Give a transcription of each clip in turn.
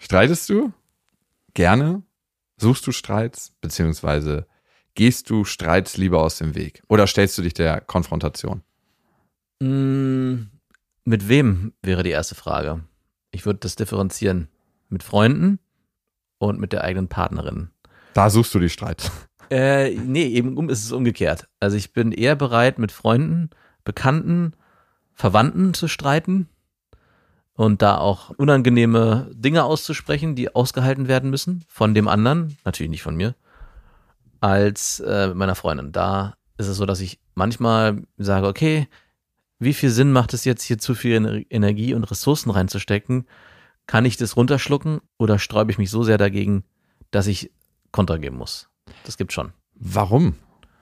Streitest du gerne? Suchst du Streits? Beziehungsweise gehst du Streits lieber aus dem Weg? Oder stellst du dich der Konfrontation? Mit wem wäre die erste Frage? Ich würde das differenzieren. Mit Freunden und mit der eigenen Partnerin. Da suchst du die Streits. Nee, eben ist es umgekehrt. Also ich bin eher bereit, mit Freunden, Bekannten, Verwandten zu streiten und da auch unangenehme Dinge auszusprechen, die ausgehalten werden müssen von dem anderen, natürlich nicht von mir, als mit meiner Freundin. Da ist es so, dass ich manchmal sage, okay, wie viel Sinn macht es jetzt, hier zu viel Energie und Ressourcen reinzustecken? Kann ich das runterschlucken oder sträube ich mich so sehr dagegen, dass ich Kontra geben muss? Das gibt's schon. Warum?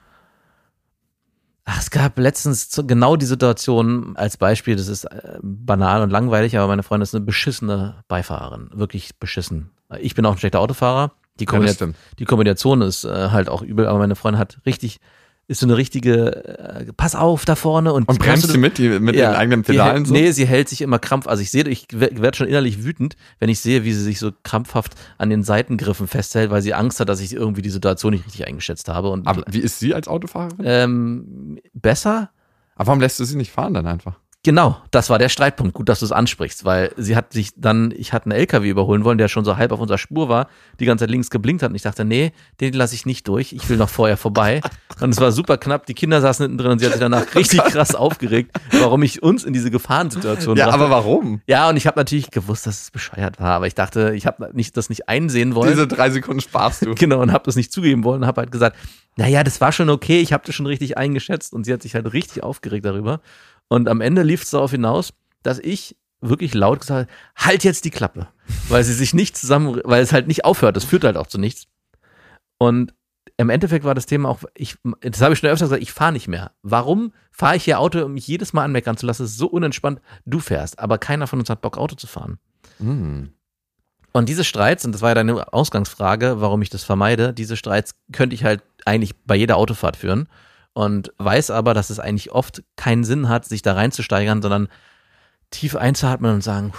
Es gab letztens genau die Situation als Beispiel, das ist banal und langweilig, aber meine Freundin ist eine beschissene Beifahrerin, wirklich beschissen. Ich bin auch ein schlechter Autofahrer, die Kombination ist halt auch übel, aber meine Freundin ist so eine richtige, pass auf da vorne. Und bremst sie mit den eigenen Pedalen so? Nee, sie hält sich immer krampf. Also ich werde schon innerlich wütend, wenn ich sehe, wie sie sich so krampfhaft an den Seitengriffen festhält, weil sie Angst hat, dass ich irgendwie die Situation nicht richtig eingeschätzt habe. Aber wie ist sie als Autofahrerin? Besser. Aber warum lässt du sie nicht fahren dann einfach? Genau, das war der Streitpunkt. Gut, dass du es ansprichst, weil ich hatte einen LKW überholen wollen, der schon so halb auf unserer Spur war, die ganze Zeit links geblinkt hat und ich dachte, nee, den lasse ich nicht durch, ich will noch vorher vorbei. Und es war super knapp, die Kinder saßen hinten drin und sie hat sich danach richtig krass aufgeregt, warum ich uns in diese Gefahrensituation brachte. Aber warum? Ja, und ich habe natürlich gewusst, dass es bescheuert war, aber ich dachte, ich habe das nicht einsehen wollen. Diese 3 Sekunden sparst du. Genau, und habe das nicht zugeben wollen und habe halt gesagt, naja, das war schon okay, ich habe das schon richtig eingeschätzt und sie hat sich halt richtig aufgeregt darüber. Und am Ende lief es darauf hinaus, dass ich wirklich laut gesagt habe, halt jetzt die Klappe, weil es halt nicht aufhört, das führt halt auch zu nichts. Und im Endeffekt war das Thema auch, das habe ich schon öfter gesagt, ich fahre nicht mehr. Warum fahre ich hier Auto, um mich jedes Mal anmeckern zu lassen? Es ist so unentspannt, du fährst, aber keiner von uns hat Bock, Auto zu fahren. Und diese Streits, und das war ja deine Ausgangsfrage, warum ich das vermeide, diese Streits könnte ich halt eigentlich bei jeder Autofahrt führen. Und weiß aber, dass es eigentlich oft keinen Sinn hat, sich da reinzusteigern, sondern tief einzuatmen und sagen,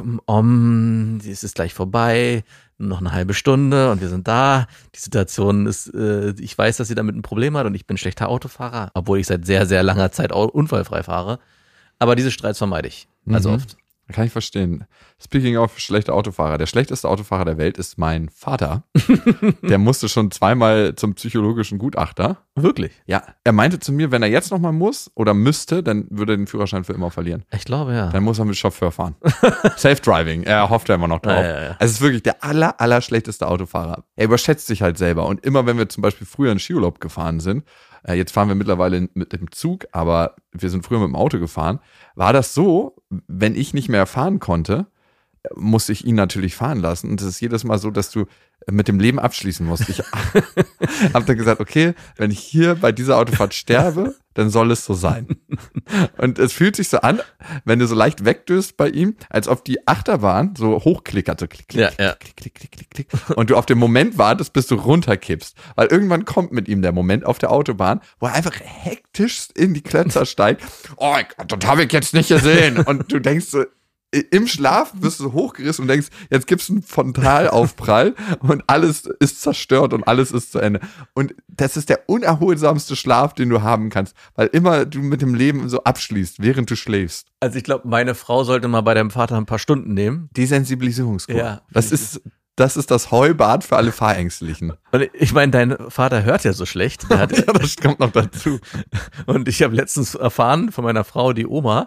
es ist gleich vorbei, noch eine halbe Stunde und wir sind da. Die Situation ist, ich weiß, dass sie damit ein Problem hat und ich bin schlechter Autofahrer, obwohl ich seit sehr, sehr langer Zeit unfallfrei fahre. Aber diese Streits vermeide ich, also oft. Kann ich verstehen. Speaking of schlechte Autofahrer. Der schlechteste Autofahrer der Welt ist mein Vater. Der musste schon 2-mal zum psychologischen Gutachter. Wirklich? Ja. Er meinte zu mir, wenn er jetzt nochmal muss oder müsste, dann würde er den Führerschein für immer verlieren. Ich glaube, ja. Dann muss er mit Chauffeur fahren. Self-Driving. Er hofft ja immer noch drauf. Ja. Also es ist wirklich der allerschlechteste Autofahrer. Er überschätzt sich halt selber. Und immer, wenn wir zum Beispiel früher in Skiurlaub gefahren sind, jetzt fahren wir mittlerweile mit dem Zug, aber wir sind früher mit dem Auto gefahren, war das so, wenn ich nicht mehr fahren konnte, musste ich ihn natürlich fahren lassen. Und es ist jedes Mal so, dass du mit dem Leben abschließen musst. Ich habe dann gesagt, okay, wenn ich hier bei dieser Autofahrt sterbe, dann soll es so sein. Und es fühlt sich so an, wenn du so leicht wegdöst bei ihm, als ob die Achterbahn so hochklickert, so klick, klick, klick, klick, klick, klick, klick. Und du auf den Moment wartest, bis du runterkippst. Weil irgendwann kommt mit ihm der Moment auf der Autobahn, wo er einfach hektisch in die Klötzer steigt. Oh Gott, das habe ich jetzt nicht gesehen. Und du denkst so, im Schlaf wirst du hochgerissen und denkst, jetzt gibt's einen Frontalaufprall und alles ist zerstört und alles ist zu Ende. Und das ist der unerholsamste Schlaf, den du haben kannst, weil immer du mit dem Leben so abschließt, während du schläfst. Also ich glaube, meine Frau sollte mal bei deinem Vater ein paar Stunden nehmen. Desensibilisierungskur. Ja. Das ist das Heubad für alle Fahrängstlichen. Und ich meine, dein Vater hört ja so schlecht. Ja, das kommt noch dazu. Und ich habe letztens erfahren von meiner Frau, die Oma,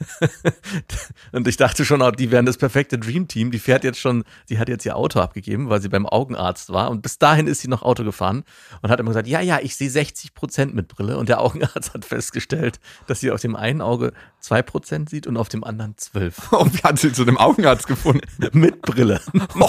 und ich dachte schon, die wären das perfekte Dreamteam. Die hat jetzt ihr Auto abgegeben, weil sie beim Augenarzt war. Und bis dahin ist sie noch Auto gefahren und hat immer gesagt, ja, ich sehe 60% mit Brille. Und der Augenarzt hat festgestellt, dass sie auf dem einen Auge 2% sieht und auf dem anderen 12%. Und wie hat sie zu dem Augenarzt gefunden? Mit Brille.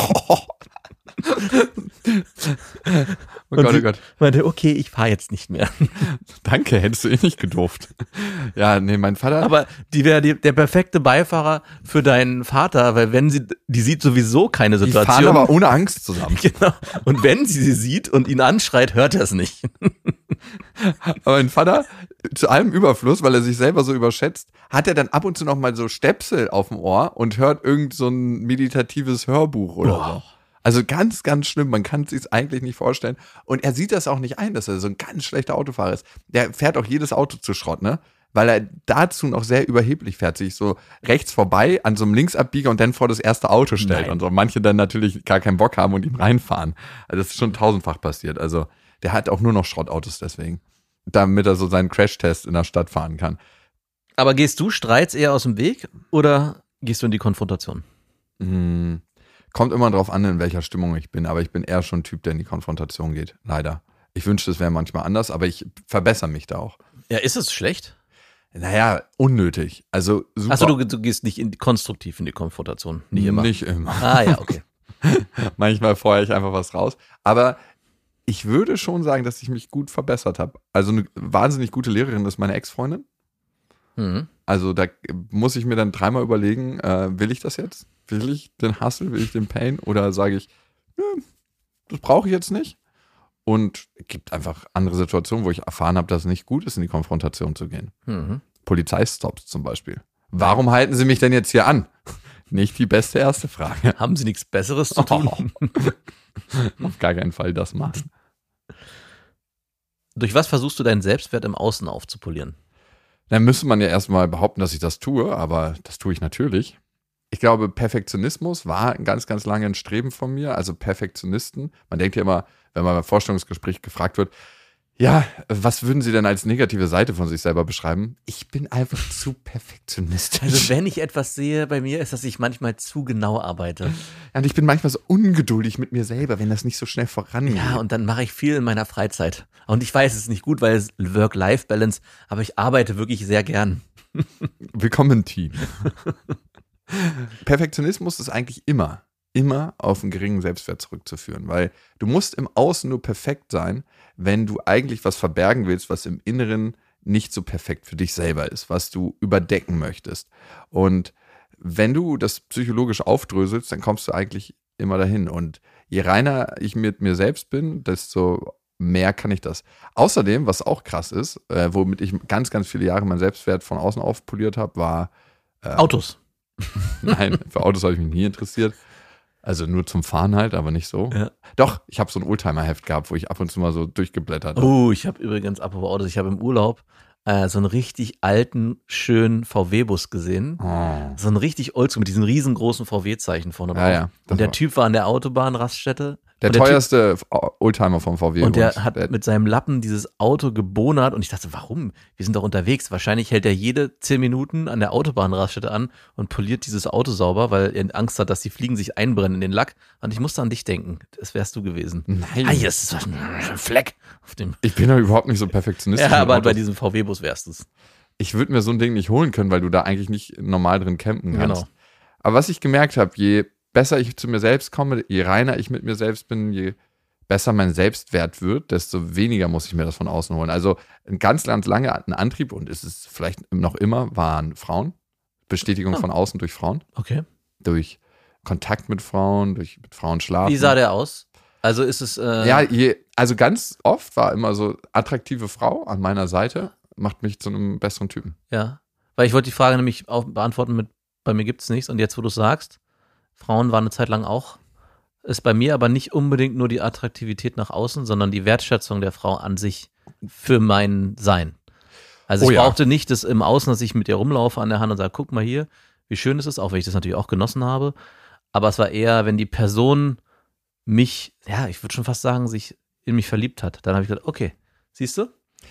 Oh Gott. Meinte, okay, ich fahre jetzt nicht mehr. Danke, hättest du nicht gedurft. Ja, nee, mein Vater. Aber die wäre der perfekte Beifahrer für deinen Vater, weil die sieht sowieso keine Situation. Die fahren aber ohne Angst zusammen. Genau. Und wenn sie sieht und ihn anschreit, hört er es nicht. Aber mein Vater, zu allem Überfluss, weil er sich selber so überschätzt, hat er dann ab und zu noch mal so Stöpsel auf dem Ohr und hört irgend so ein meditatives Hörbuch oder so. Also ganz, ganz schlimm. Man kann es sich eigentlich nicht vorstellen. Und er sieht das auch nicht ein, dass er so ein ganz schlechter Autofahrer ist. Der fährt auch jedes Auto zu Schrott, ne? Weil er dazu noch sehr überheblich fährt, sich so rechts vorbei an so einem Linksabbieger und dann vor das erste Auto stellt. Nein. Und so manche dann natürlich gar keinen Bock haben und ihm reinfahren. Also das ist schon tausendfach passiert. Also der hat auch nur noch Schrottautos deswegen. Damit er so seinen Crashtest in der Stadt fahren kann. Aber gehst du Streits eher aus dem Weg oder gehst du in die Konfrontation? Kommt immer drauf an, in welcher Stimmung ich bin. Aber ich bin eher schon ein Typ, der in die Konfrontation geht. Leider. Ich wünschte, es wäre manchmal anders, aber ich verbessere mich da auch. Ja, ist es schlecht? Naja, unnötig. Also super. Achso, du gehst nicht konstruktiv in die Konfrontation. Nicht immer. Nicht immer. Ah ja, okay. Manchmal feuere ich einfach was raus. Aber ich würde schon sagen, dass ich mich gut verbessert habe. Also eine wahnsinnig gute Lehrerin ist meine Ex-Freundin. Mhm. Also da muss ich mir dann dreimal überlegen, will ich das jetzt? Will ich den Hustle, will ich den Pain? Oder sage ich, das brauche ich jetzt nicht? Und es gibt einfach andere Situationen, wo ich erfahren habe, dass es nicht gut ist, in die Konfrontation zu gehen. Mhm. Polizeistops zum Beispiel. Warum halten Sie mich denn jetzt hier an? Nicht die beste erste Frage. Haben sie nichts Besseres zu tun? Auf gar keinen Fall das machen. Durch was versuchst du deinen Selbstwert im Außen aufzupolieren? Dann müsste man ja erstmal behaupten, dass ich das tue, aber das tue ich natürlich. Ich glaube, Perfektionismus war ganz, ganz lange ein Streben von mir. Also Perfektionisten. Man denkt ja immer, wenn man beim Vorstellungsgespräch gefragt wird, ja, was würden Sie denn als negative Seite von sich selber beschreiben? Ich bin einfach zu perfektionistisch. Also wenn ich etwas sehe bei mir, ist, dass ich manchmal zu genau arbeite. Ja, und ich bin manchmal so ungeduldig mit mir selber, wenn das nicht so schnell vorangeht. Ja, und dann mache ich viel in meiner Freizeit. Und ich weiß, es ist nicht gut, weil es Work-Life-Balance, aber ich arbeite wirklich sehr gern. Willkommen im Team. Perfektionismus ist eigentlich immer auf einen geringen Selbstwert zurückzuführen, weil du musst im Außen nur perfekt sein, wenn du eigentlich was verbergen willst, was im Inneren nicht so perfekt für dich selber ist, was du überdecken möchtest. Und wenn du das psychologisch aufdröselst, dann kommst du eigentlich immer dahin. Und je reiner ich mit mir selbst bin, desto mehr kann ich das. Außerdem, was auch krass ist, womit ich ganz, ganz viele Jahre meinen Selbstwert von außen aufpoliert habe, war Autos. Nein, für Autos habe ich mich nie interessiert. Also nur zum Fahren halt, aber nicht so. Ja. Doch, ich habe so ein Oldtimer-Heft gehabt, wo ich ab und zu mal so durchgeblättert habe. Oh, ich habe übrigens, apropos Autos, ich habe im Urlaub so einen richtig alten, schönen VW-Bus gesehen. Oh. So einen richtig oldschool mit diesen riesengroßen VW-Zeichen vorne drauf. Ja, ja. Und der Typ war an der Autobahnraststätte. Der Und der teuerste Oldtimer vom VW. Und der übrigens. hat mit seinem Lappen dieses Auto gebonert und ich dachte, warum? Wir sind doch unterwegs. Wahrscheinlich hält er jede 10 Minuten an der Autobahnraststätte an und poliert dieses Auto sauber, weil er Angst hat, dass die Fliegen sich einbrennen in den Lack. Und ich musste an dich denken. Das wärst du gewesen. Nein. Ah, hier ist ein Fleck auf dem. Ich bin ja überhaupt nicht so perfektionistisch. Ja, mit aber Autos. bei diesem VW-Bus wärst du es. Ich würde mir so ein Ding nicht holen können, weil du da eigentlich nicht normal drin campen kannst. Genau. Aber was ich gemerkt habe, je besser ich zu mir selbst komme, je reiner ich mit mir selbst bin, je besser mein Selbstwert wird, desto weniger muss ich mir das von außen holen. Also ein ganz, ganz lange ein Antrieb, und ist es vielleicht noch immer, waren Frauen. Bestätigung von außen durch Frauen. Okay. Durch Kontakt mit Frauen, durch mit Frauen schlafen. Wie sah der aus? Also ist es. Ja, also ganz oft war immer so, attraktive Frau an meiner Seite macht mich zu einem besseren Typen. Ja. Weil ich wollte die Frage nämlich auch beantworten mit, bei mir gibt es nichts. Und jetzt, wo du es sagst, Frauen waren eine Zeit lang auch. Ist bei mir aber nicht unbedingt nur die Attraktivität nach außen, sondern die Wertschätzung der Frau an sich für mein Sein. Also ich brauchte nicht das im Außen, dass ich mit ihr rumlaufe an der Hand und sage, guck mal hier, wie schön es ist, auch wenn ich das natürlich auch genossen habe. Aber es war eher, wenn die Person mich, ja, ich würde schon fast sagen, sich in mich verliebt hat. Dann habe ich gedacht, okay, siehst du?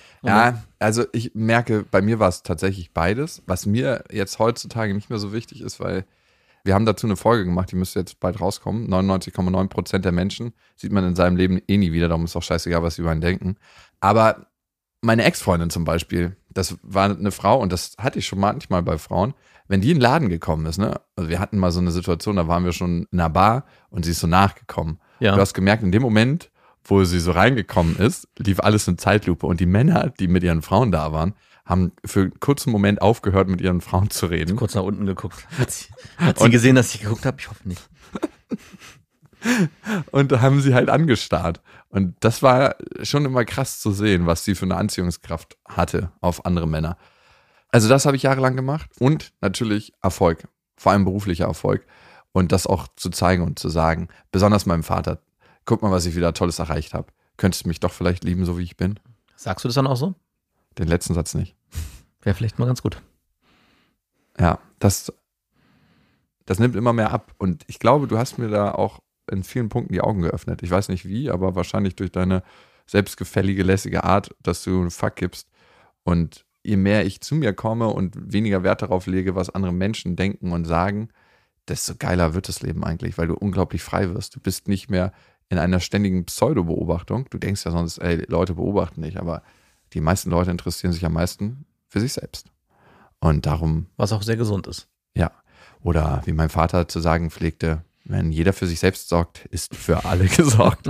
Ja, also ich merke, bei mir war es tatsächlich beides, was mir jetzt heutzutage nicht mehr so wichtig ist, weil wir haben dazu eine Folge gemacht, die müsste jetzt bald rauskommen. 99,9% der Menschen sieht man in seinem Leben eh nie wieder, darum ist auch scheißegal, was sie über ihn denken. Aber meine Ex-Freundin zum Beispiel, das war eine Frau, und das hatte ich schon manchmal bei Frauen, wenn die in den Laden gekommen ist, ne? Also wir hatten mal so eine Situation, da waren wir schon in einer Bar und sie ist so nachgekommen. Ja. Du hast gemerkt, in dem Moment, wo sie so reingekommen ist, lief alles in Zeitlupe, und die Männer, die mit ihren Frauen da waren, haben für einen kurzen Moment aufgehört, mit ihren Frauen zu reden. Kurz nach unten geguckt. Hat sie gesehen, dass ich geguckt habe? Ich hoffe nicht. Und da haben sie halt angestarrt. Und das war schon immer krass zu sehen, was sie für eine Anziehungskraft hatte auf andere Männer. Also das habe ich jahrelang gemacht und natürlich Erfolg, vor allem beruflicher Erfolg. Und das auch zu zeigen und zu sagen, besonders meinem Vater, guck mal, was ich wieder Tolles erreicht habe. Könntest du mich doch vielleicht lieben, so wie ich bin? Sagst du das dann auch so? Den letzten Satz nicht. Wäre vielleicht mal ganz gut. Ja, das nimmt immer mehr ab. Und ich glaube, du hast mir da auch in vielen Punkten die Augen geöffnet. Ich weiß nicht wie, aber wahrscheinlich durch deine selbstgefällige, lässige Art, dass du einen Fuck gibst. Und je mehr ich zu mir komme und weniger Wert darauf lege, was andere Menschen denken und sagen, desto geiler wird das Leben eigentlich, weil du unglaublich frei wirst. Du bist nicht mehr in einer ständigen Pseudo-Beobachtung. Du denkst ja sonst, ey, Leute beobachten nicht, aber die meisten Leute interessieren sich am meisten für sich selbst. Und darum. Was auch sehr gesund ist. Ja. Oder wie mein Vater zu sagen pflegte, wenn jeder für sich selbst sorgt, ist für alle gesorgt.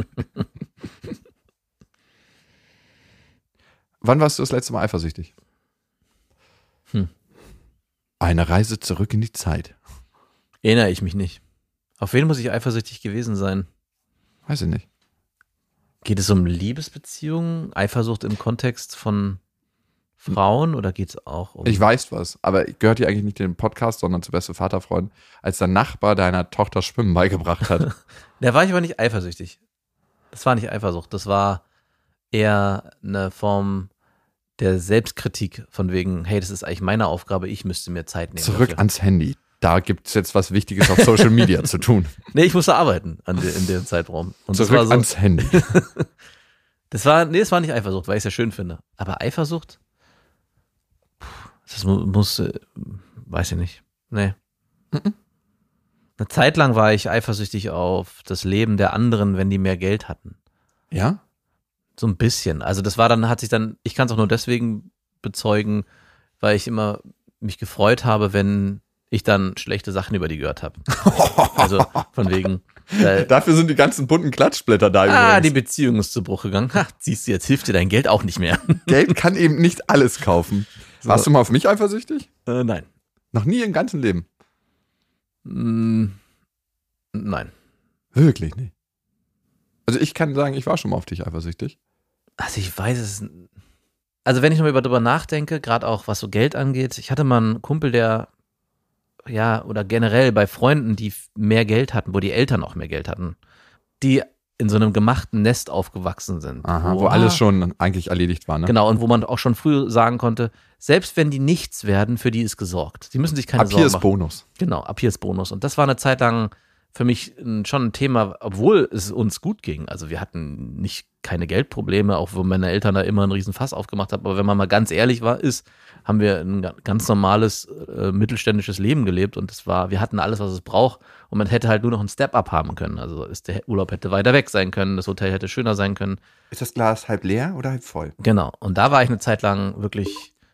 Wann warst du das letzte Mal eifersüchtig? Eine Reise zurück in die Zeit. Erinnere ich mich nicht. Auf wen muss ich eifersüchtig gewesen sein? Weiß ich nicht. Geht es um Liebesbeziehungen, Eifersucht im Kontext von Frauen oder geht es auch um... Ich weiß was, aber gehört hier eigentlich nicht in den Podcast, sondern zu beste Vaterfreund, als der Nachbar deiner Tochter Schwimmen beigebracht hat. Da war ich aber nicht eifersüchtig. Das war nicht Eifersucht, das war eher eine Form der Selbstkritik von wegen, hey, das ist eigentlich meine Aufgabe, ich müsste mir Zeit nehmen. Zurück dafür. ans Handy. Da gibt es jetzt was Wichtiges auf Social Media zu tun. Nee, ich musste arbeiten in dem Zeitraum. Und Zurück das war so, ans Handy. das war nicht Eifersucht, weil ich es ja schön finde. Aber Eifersucht? Das muss weiß ich nicht. Nee. Eine Zeit lang war ich eifersüchtig auf das Leben der anderen, wenn die mehr Geld hatten. Ja? So ein bisschen. Also das war dann, ich kann es auch nur deswegen bezeugen, weil ich immer mich gefreut habe, wenn ich dann schlechte Sachen über die gehört habe. Also von wegen. Dafür sind die ganzen bunten Klatschblätter da übrigens. Die Beziehung ist zu Bruch gegangen. Ha, siehst du, jetzt hilft dir dein Geld auch nicht mehr. Geld kann eben nicht alles kaufen. So. Warst du mal auf mich eifersüchtig? Nein. Noch nie im ganzen Leben? Nein. Wirklich nicht. Also ich kann sagen, ich war schon mal auf dich eifersüchtig. Also ich weiß es. Also wenn ich nochmal darüber nachdenke, gerade auch was so Geld angeht, ich hatte mal einen Kumpel, der oder generell bei Freunden, die mehr Geld hatten, wo die Eltern auch mehr Geld hatten, die in so einem gemachten Nest aufgewachsen sind. Aha, wo alles schon eigentlich erledigt war, ne? Genau, und wo man auch schon früh sagen konnte, selbst wenn die nichts werden, für die ist gesorgt. Die müssen sich keine Sorgen machen. Ab hier ist Bonus. Genau, ab hier ist Bonus. Und das war eine Zeit lang für mich schon ein Thema, obwohl es uns gut ging. Also wir hatten keine Geldprobleme, auch wo meine Eltern da immer einen riesen Fass aufgemacht haben. Aber wenn man mal ganz ehrlich haben wir ein ganz normales mittelständisches Leben gelebt und wir hatten alles, was es braucht und man hätte halt nur noch einen Step-Up haben können. Also der Urlaub hätte weiter weg sein können, das Hotel hätte schöner sein können. Ist das Glas halb leer oder halb voll? Genau. Und da war ich eine Zeit lang wirklich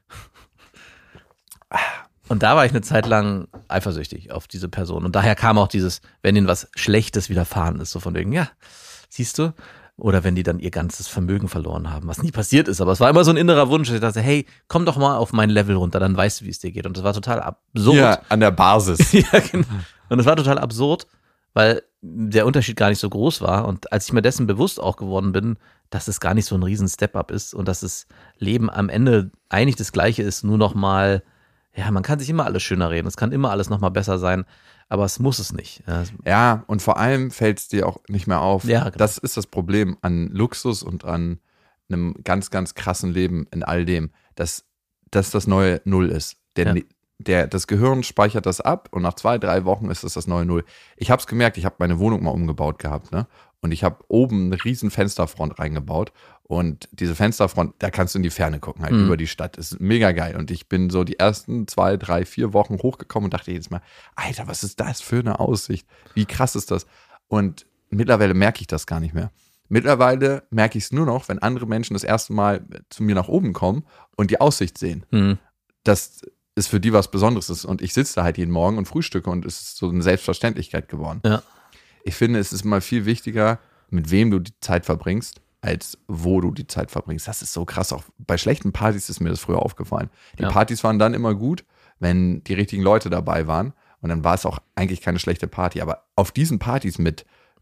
eifersüchtig auf diese Person. Und daher kam auch dieses, wenn ihnen was Schlechtes widerfahren ist, so von wegen, ja, siehst du? Oder wenn die dann ihr ganzes Vermögen verloren haben, was nie passiert ist. Aber es war immer so ein innerer Wunsch, dass ich dachte, hey, komm doch mal auf mein Level runter, dann weißt du, wie es dir geht. Und das war total absurd. Ja, an der Basis. Ja, genau. Und es war total absurd, weil der Unterschied gar nicht so groß war. Und als ich mir dessen bewusst auch geworden bin, dass es gar nicht so ein riesen Step-Up ist und dass das Leben am Ende eigentlich das Gleiche ist, nur noch mal, ja, man kann sich immer alles schöner reden, es kann immer alles noch mal besser sein, aber es muss es nicht. Ja, und vor allem fällt es dir auch nicht mehr auf. Ja, genau. Das ist das Problem an Luxus und an einem ganz, ganz krassen Leben in all dem, dass das neue Null ist. Das Gehirn speichert das ab und nach 2-3 Wochen ist das neue Null. Ich habe es gemerkt, ich habe meine Wohnung mal umgebaut gehabt, ne? Und ich habe oben eine riesen Fensterfront reingebaut und diese Fensterfront, da kannst du in die Ferne gucken, halt über die Stadt. Das ist mega geil. Und ich bin so die ersten 2, 3, 4 Wochen hochgekommen und dachte jedes Mal, Alter, was ist das für eine Aussicht? Wie krass ist das? Und mittlerweile merke ich das gar nicht mehr. Mittlerweile merke ich es nur noch, wenn andere Menschen das erste Mal zu mir nach oben kommen und die Aussicht sehen. Das ist für die was Besonderes ist. Und ich sitze da halt jeden Morgen und frühstücke und es ist so eine Selbstverständlichkeit geworden. Ja. Ich finde, es ist mal viel wichtiger, mit wem du die Zeit verbringst, als wo du die Zeit verbringst. Das ist so krass. Auch bei schlechten Partys ist mir das früher aufgefallen. Die Partys waren dann immer gut, wenn die richtigen Leute dabei waren. Und dann war es auch eigentlich keine schlechte Party. Aber auf diesen Partys mit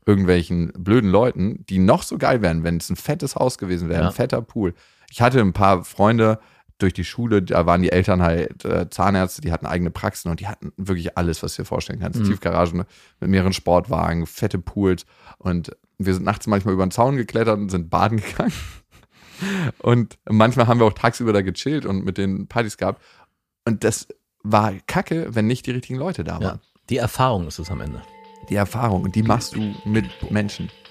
irgendwelchen blöden Leuten, die noch so geil wären, wenn es ein fettes Haus gewesen wäre, ein fetter Pool. Ich hatte ein paar Freunde durch die Schule, da waren die Eltern halt Zahnärzte, die hatten eigene Praxen und die hatten wirklich alles, was du dir vorstellen kannst. Tiefgaragen mit mehreren Sportwagen, fette Pools und wir sind nachts manchmal über den Zaun geklettert und sind baden gegangen. Und manchmal haben wir auch tagsüber da gechillt und mit den Partys gehabt. Und das war kacke, wenn nicht die richtigen Leute da waren. Die Erfahrung ist es am Ende. Die Erfahrung, und die machst du mit Menschen.